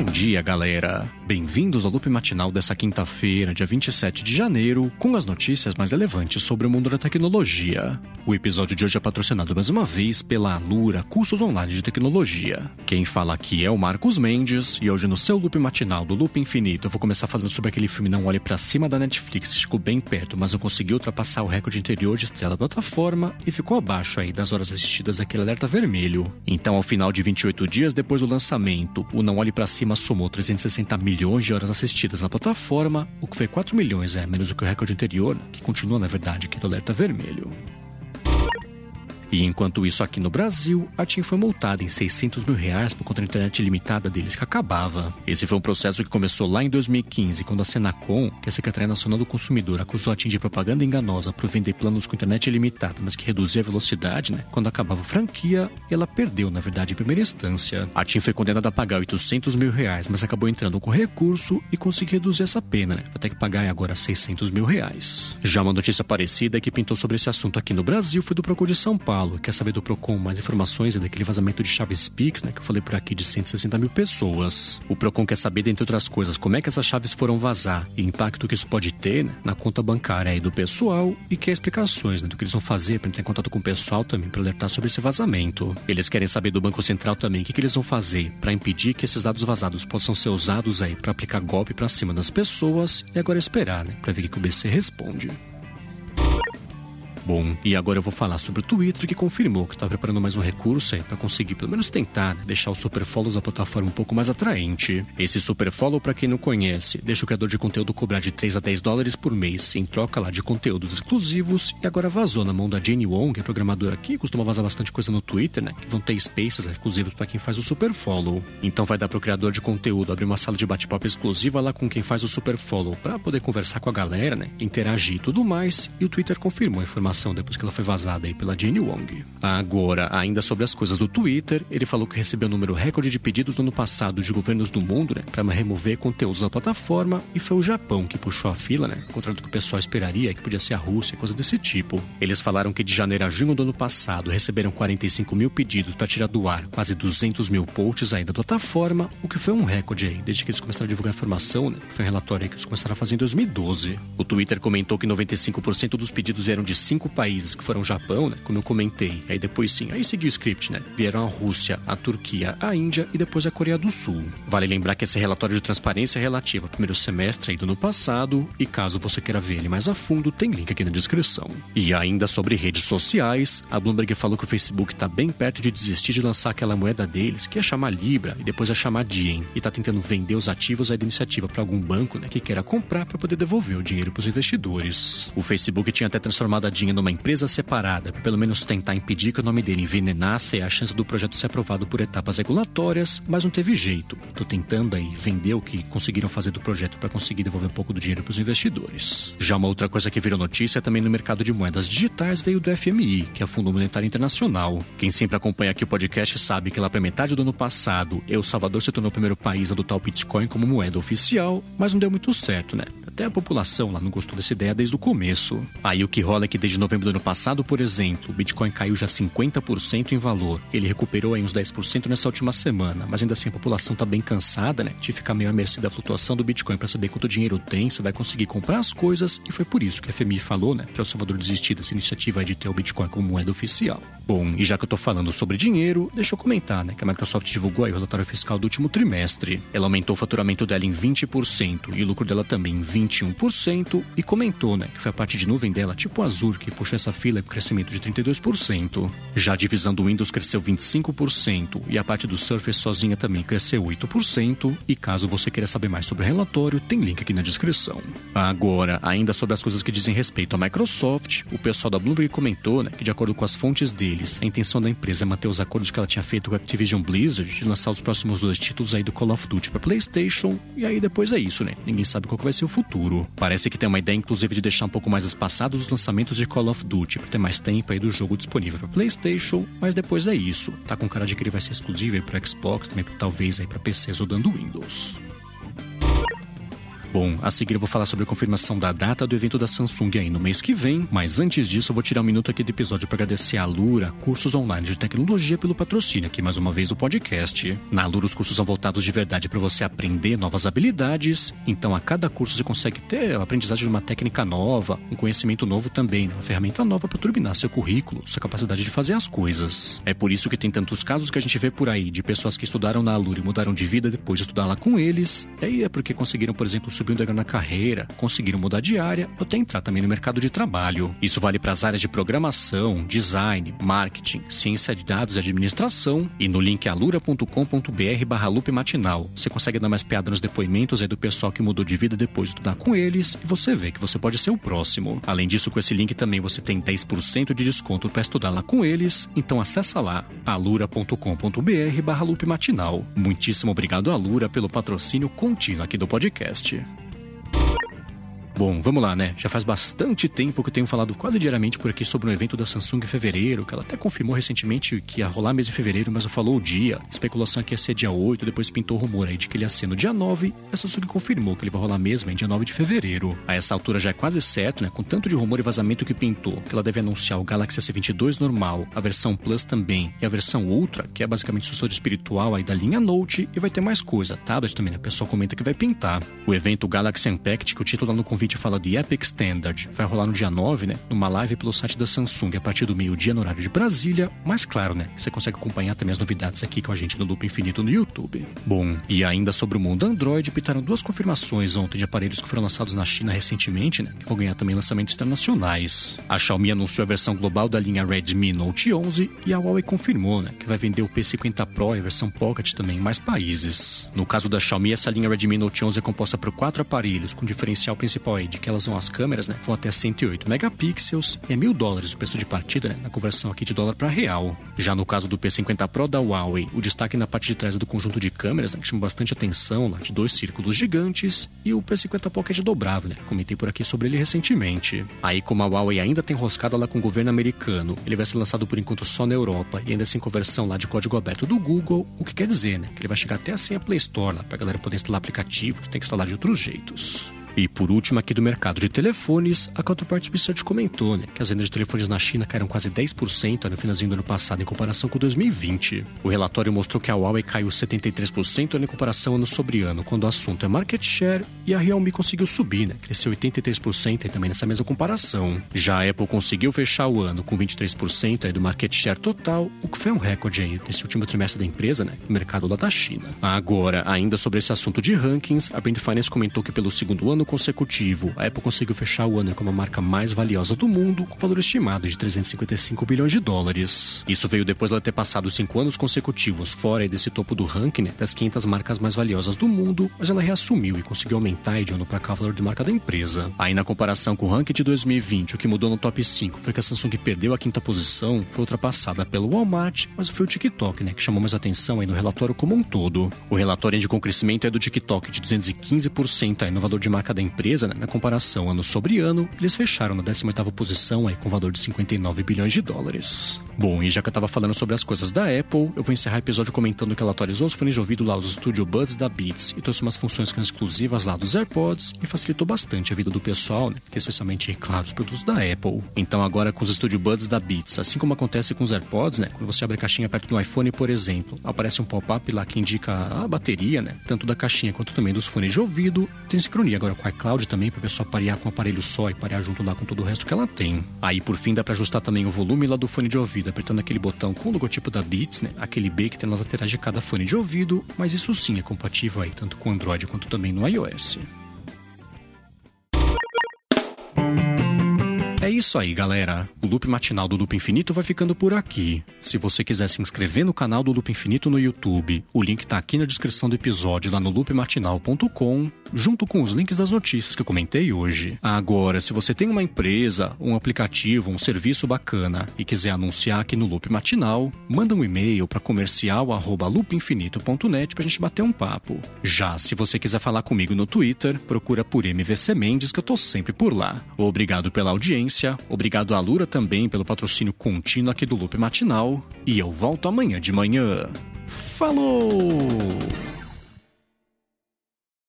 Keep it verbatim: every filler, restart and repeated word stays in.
dia, galera! Bem-vindos ao loop matinal dessa quinta-feira, dia vinte e sete de janeiro, com as notícias mais relevantes sobre o mundo da tecnologia. O episódio de hoje é patrocinado mais uma vez pela Alura, cursos online de tecnologia. Quem fala aqui é o Marcos Mendes, e hoje no seu loop matinal do Loop Infinito eu vou começar falando sobre aquele filme Não Olhe Pra Cima da Netflix, que ficou bem perto, mas não conseguiu ultrapassar o recorde interior de estreia da plataforma e ficou abaixo aí das horas assistidas daquele alerta vermelho. Então, ao final de vinte e oito dias depois do lançamento, o Não Olhe Pra Cima somou trezentos e sessenta milhões de horas assistidas na plataforma, o que foi quatro milhões, é menos do que o recorde anterior, que continua, na verdade, aqui do alerta vermelho. E enquanto isso, aqui no Brasil, a TIM foi multada em seiscentos mil reais por conta da internet ilimitada deles que acabava. Esse foi um processo que começou lá em dois mil e quinze, quando a Senacom, que é a Secretaria Nacional do Consumidor, acusou a TIM de propaganda enganosa por vender planos com internet ilimitada, mas que reduzia a velocidade, né? Quando acabava a franquia, ela perdeu, na verdade, em primeira instância. A TIM foi condenada a pagar oitocentos mil reais, mas acabou entrando com recurso e conseguiu reduzir essa pena, né? Até que pagar agora seiscentos mil reais. Já uma notícia parecida que pintou sobre esse assunto aqui no Brasil foi do Procon de São Paulo. Quer saber do Procon mais informações daquele vazamento de chaves Pix, né, que eu falei por aqui, de cento e sessenta mil pessoas. O Procon quer saber, dentre outras coisas, como é que essas chaves foram vazar e o impacto que isso pode ter, né, na conta bancária aí do pessoal, e quer explicações, né, do que eles vão fazer para entrar em contato com o pessoal também, para alertar sobre esse vazamento. Eles querem saber do Banco Central também o que, que eles vão fazer para impedir que esses dados vazados possam ser usados aí para aplicar golpe para cima das pessoas, e agora esperar, né, para ver o que o B C responde. Bom, e agora eu vou falar sobre o Twitter, que confirmou que está preparando mais um recurso aí para conseguir pelo menos tentar deixar o Superfollows da plataforma um pouco mais atraente. Esse Superfollow, para quem não conhece, deixa o criador de conteúdo cobrar de três a dez dólares por mês em troca lá de conteúdos exclusivos, e agora vazou na mão da Jenny Wong, que é programadora aqui, costuma vazar bastante coisa no Twitter, né, que vão ter spaces exclusivos para quem faz o Superfollow. Então vai dar pro criador de conteúdo abrir uma sala de bate-papo exclusiva lá com quem faz o Superfollow para poder conversar com a galera, né, interagir e tudo mais, e o Twitter confirmou a informação depois que ela foi vazada aí pela Jenny Wong. Agora, ainda sobre as coisas do Twitter, ele falou que recebeu um número recorde de pedidos no ano passado de governos do mundo, né, para remover conteúdos da plataforma, e foi o Japão que puxou a fila, né, contrário do que o pessoal esperaria, que podia ser a Rússia, coisa desse tipo. Eles falaram que de janeiro a junho do ano passado receberam quarenta e cinco mil pedidos para tirar do ar quase duzentos mil posts aí da plataforma, o que foi um recorde aí, desde que eles começaram a divulgar a informação, né, que foi um relatório aí que eles começaram a fazer em dois mil e doze. O Twitter comentou que noventa e cinco por cento dos pedidos vieram de cinco países, que foram o Japão, né, como eu comentei. Aí depois sim, aí seguiu o script, né? Vieram a Rússia, a Turquia, a Índia e depois a Coreia do Sul. Vale lembrar que esse relatório de transparência é relativo ao primeiro semestre aí do ano passado, e caso você queira ver ele mais a fundo, tem link aqui na descrição. E ainda sobre redes sociais, a Bloomberg falou que o Facebook tá bem perto de desistir de lançar aquela moeda deles, que ia chamar Libra e depois ia chamar Diem, e tá tentando vender os ativos aí da iniciativa para algum banco, né, que queira comprar para poder devolver o dinheiro para os investidores. O Facebook tinha até transformado a Diem numa empresa separada, para pelo menos tentar impedir que o nome dele envenenasse e a chance do projeto ser aprovado por etapas regulatórias, mas não teve jeito. Tô tentando aí vender o que conseguiram fazer do projeto para conseguir devolver um pouco do dinheiro para os investidores. Já uma outra coisa que virou notícia também no mercado de moedas digitais veio do F M I, que é o Fundo Monetário Internacional. Quem sempre acompanha aqui o podcast sabe que lá para metade do ano passado, El Salvador se tornou o primeiro país a adotar o Bitcoin como moeda oficial, mas não deu muito certo, né? Até a população lá não gostou dessa ideia desde o começo. Aí o que rola é que desde novembro do ano passado, por exemplo, o Bitcoin caiu já cinquenta por cento em valor. Ele recuperou aí uns dez por cento nessa última semana, mas ainda assim a população tá bem cansada, né, de ficar meio à mercê da flutuação do Bitcoin para saber quanto dinheiro tem, se vai conseguir comprar as coisas, e foi por isso que a F M I falou, né, para El Salvador desistir dessa iniciativa de ter o Bitcoin como moeda oficial. Bom, e já que eu tô falando sobre dinheiro, deixa eu comentar, né, que a Microsoft divulgou aí o relatório fiscal do último trimestre. Ela aumentou o faturamento dela em vinte por cento e o lucro dela também em vinte e um por cento, e comentou, né, que foi a parte de nuvem dela, tipo Azure, que puxou essa fila com crescimento de trinta e dois por cento. Já a divisão do Windows cresceu vinte e cinco por cento e a parte do Surface sozinha também cresceu oito por cento. E caso você queira saber mais sobre o relatório, tem link aqui na descrição. Agora, ainda sobre as coisas que dizem respeito à Microsoft, o pessoal da Bloomberg comentou, né, que de acordo com as fontes deles, a intenção da empresa é manter os acordos que ela tinha feito com a Activision Blizzard de lançar os próximos dois títulos aí do Call of Duty para PlayStation, e aí depois é isso, né? Ninguém sabe qual que vai ser o futuro. Parece que tem uma ideia, inclusive, de deixar um pouco mais espaçados os lançamentos de Call of Duty, para ter mais tempo aí do jogo disponível para PlayStation, mas depois é isso. Tá com cara de que ele vai ser exclusivo aí para Xbox, também talvez aí para P Cs rodando Windows. Bom, a seguir eu vou falar sobre a confirmação da data do evento da Samsung aí no mês que vem, mas antes disso eu vou tirar um minuto aqui do episódio para agradecer a Alura, cursos online de tecnologia, pelo patrocínio aqui mais uma vez do podcast. Na Alura os cursos são voltados de verdade para você aprender novas habilidades, então a cada curso você consegue ter a aprendizagem de uma técnica nova, um conhecimento novo também, né? Uma ferramenta nova para turbinar seu currículo, sua capacidade de fazer as coisas. É por isso que tem tantos casos que a gente vê por aí de pessoas que estudaram na Alura e mudaram de vida depois de estudar lá com eles, e aí é porque conseguiram, por exemplo, subir um degrau na carreira, conseguiram mudar de área ou até entrar também no mercado de trabalho. Isso vale para as áreas de programação, design, marketing, ciência de dados e administração, e no link alura ponto com ponto br barra loop matinal. Você consegue dar mais piada nos depoimentos aí do pessoal que mudou de vida depois de estudar com eles, e você vê que você pode ser o próximo. Além disso, com esse link também você tem dez por cento de desconto para estudar lá com eles, então acessa lá alura ponto com ponto br barra loop matinal. Muitíssimo obrigado, Alura, pelo patrocínio contínuo aqui do podcast. Bom, vamos lá, né? Já faz bastante tempo que eu tenho falado quase diariamente por aqui sobre um evento da Samsung em fevereiro, que ela até confirmou recentemente que ia rolar mês em fevereiro, mas não falou o dia. Especulação que ia ser dia oito, depois pintou o rumor aí de que ele ia ser no dia nove, e a Samsung confirmou que ele vai rolar mesmo em dia nove de fevereiro. A essa altura já é quase certo, né? Com tanto de rumor e vazamento que pintou, que ela deve anunciar o Galaxy S vinte e dois normal, a versão Plus também, e a versão Ultra, que é basicamente o sucessor espiritual aí da linha Note, e vai ter mais coisa, tablet também, né? O pessoal comenta que vai pintar. O evento Galaxy Unpacked, que o título lá no convite fala de Epic Standard, vai rolar no dia nove, né, numa live pelo site da Samsung a partir do meio-dia no horário de Brasília, mas claro, né, você consegue acompanhar também as novidades aqui com a gente no Loop Infinito no YouTube. Bom, e ainda sobre o mundo Android, pintaram duas confirmações ontem de aparelhos que foram lançados na China recentemente, né, que vão ganhar também lançamentos internacionais. A Xiaomi anunciou a versão global da linha Redmi Note onze e a Huawei confirmou, né, que vai vender o P cinquenta Pro e a versão Pocket também em mais países. No caso da Xiaomi, essa linha Redmi Note onze é composta por quatro aparelhos, com diferencial principal aí de que elas vão as câmeras, né, vão até cento e oito megapixels e é mil dólares o preço de partida, né, na conversão aqui de dólar para real. Já no caso do P cinquenta Pro da Huawei, o destaque na parte de trás é do conjunto de câmeras, né, que chama bastante atenção, lá, de dois círculos gigantes, e o P cinquenta Pocket é dobrável, né, comentei por aqui sobre ele recentemente. Aí, como a Huawei ainda tem enroscada lá com o governo americano, ele vai ser lançado por enquanto só na Europa e ainda sem conversão lá de código aberto do Google, o que quer dizer, né, que ele vai chegar até assim a Play Store lá, pra galera poder instalar aplicativo, tem que instalar de outros jeitos. E por último, aqui do mercado de telefones, a Counterparts Research comentou, né, que as vendas de telefones na China caíram quase dez por cento no finalzinho do ano passado em comparação com dois mil e vinte. O relatório mostrou que a Huawei caiu setenta e três por cento em comparação ano sobre ano, quando o assunto é market share, e a Realme conseguiu subir, né, cresceu oitenta e três por cento aí também nessa mesma comparação. Já a Apple conseguiu fechar o ano com vinte e três por cento aí do market share total, o que foi um recorde aí desse último trimestre da empresa, né, no mercado lá da China. Agora, ainda sobre esse assunto de rankings, a Brand Finance comentou que pelo segundo ano consecutivo, a Apple conseguiu fechar o ano como a marca mais valiosa do mundo, com valor estimado de trezentos e cinquenta e cinco bilhões de dólares. Isso veio depois dela ter passado cinco anos consecutivos fora desse topo do ranking, né, das quinhentas marcas mais valiosas do mundo, mas ela reassumiu e conseguiu aumentar de ano para cá o valor de marca da empresa. Aí na comparação com o ranking de dois mil e vinte, o que mudou no top cinco foi que a Samsung perdeu a quinta posição, foi ultrapassada pelo Walmart, mas foi o TikTok, né, que chamou mais atenção aí no relatório como um todo. O relatório indicou um crescimento aí do TikTok de duzentos e quinze por cento aí no valor de marca da empresa, né, na comparação ano sobre ano, eles fecharam na décima oitava posição aí, com valor de cinquenta e nove bilhões de dólares. Bom, e já que eu tava falando sobre as coisas da Apple, eu vou encerrar o episódio comentando que ela atualizou os fones de ouvido lá, os Studio Buds da Beats, e trouxe umas funções que são exclusivas lá dos AirPods e facilitou bastante a vida do pessoal, né, que é especialmente, claro, os produtos da Apple. Então agora com os Studio Buds da Beats, assim como acontece com os AirPods, né, quando você abre a caixinha perto do iPhone, por exemplo, aparece um pop-up lá que indica a bateria, né, tanto da caixinha quanto também dos fones de ouvido. Tem sincronia agora com o iCloud também, para a pessoa parear com um aparelho só e parear junto lá com todo o resto que ela tem. Aí por fim dá para ajustar também o volume lá do fone de ouvido, apertando aquele botão com o logotipo da Beats, né, aquele B que tem nas laterais de cada fone de ouvido, mas isso sim é compatível aí tanto com Android quanto também no iOS. É isso aí, galera. O Loop Matinal do Loop Infinito vai ficando por aqui. Se você quiser se inscrever no canal do Loop Infinito no YouTube, o link tá aqui na descrição do episódio lá no loop matinal ponto com, junto com os links das notícias que eu comentei hoje. Agora, se você tem uma empresa, um aplicativo, um serviço bacana e quiser anunciar aqui no Loop Matinal, manda um e-mail para comercial arroba loop infinito ponto net pra gente bater um papo. Já se você quiser falar comigo no Twitter, procura por M V C Mendes, que eu tô sempre por lá. Obrigado pela audiência. Obrigado à Alura também pelo patrocínio contínuo aqui do Loop Matinal. E eu volto amanhã de manhã. Falou!